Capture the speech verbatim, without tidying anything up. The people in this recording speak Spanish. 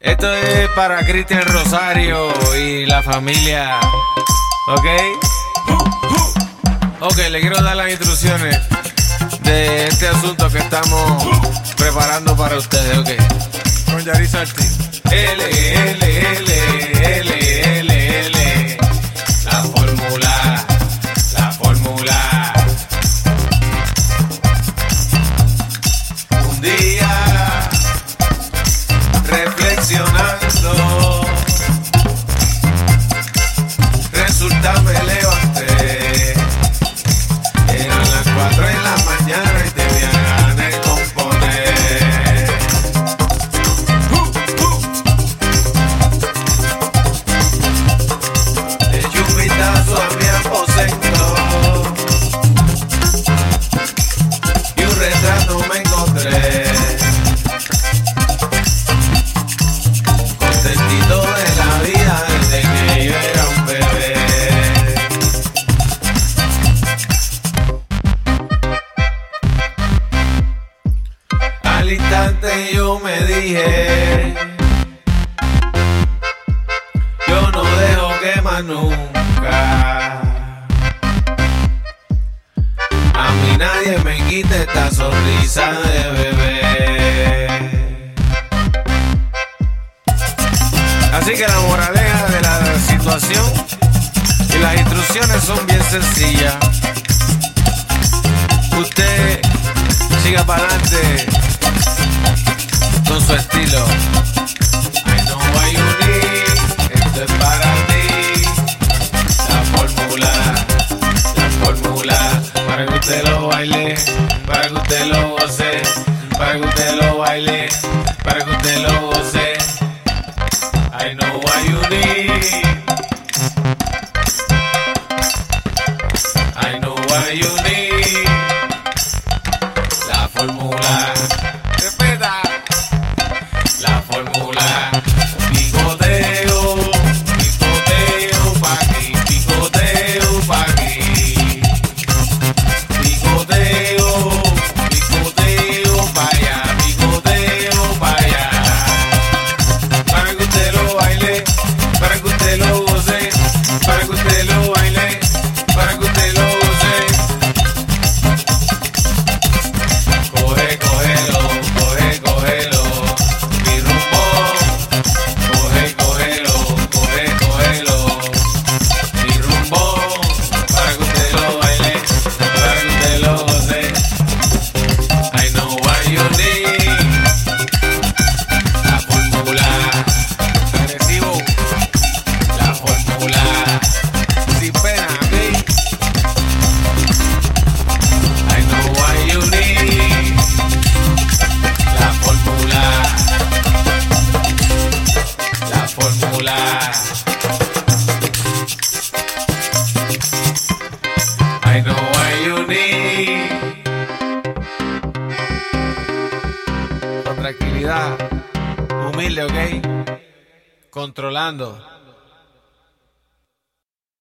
Esto es para Cristian Rosario y la familia, ¿ok? Ok, le quiero dar las instrucciones de este asunto que estamos preparando para ustedes, ok. Con Yaris Arti. L, L, L, L, L, L, la fórmula, la fórmula. Un día reflexionando, resulta me levanté, eran las cuatro de la mañana y tenía ganas de componer. Uh, uh. Le eché un vistazo a mi aposento y un retrato me encontré. Contentito de la vida desde que yo era un bebé. Al instante yo me dije, yo no dejo que más nunca a mí nadie me quite esta sonrisa de bebé. Así que la moraleja de la situación y las instrucciones son bien sencillas. Usted siga para adelante con su estilo. I know why you need, esto es para ti. La fórmula, la fórmula, para que usted lo baile, para que usted lo goce, para que usted lo baile, para que usted lo goce. I know what you need. I know what you need. La fórmula. Respeta. La fórmula. Picoteo, picoteo pa' aquí, picoteo pa' aquí. Picoteo, picoteo pa' allá, picoteo pa' allá. Para que usted lo baile, para que usted lo goce, para que usted lo baile, para que usted lo goce. Coge, cógelo, coge, cógelo, mi rumbo. Coge, cógelo, coge, cógelo, mi rumbo. Para que usted lo baile, para que usted lo goce. I know what you need. La fórmula. Agresivo. La fórmula. Sin pena, ¿ok? I know what you need. La fórmula. La fórmula. I know what you need. Con tranquilidad. Humilde, ¿ok? Controlando.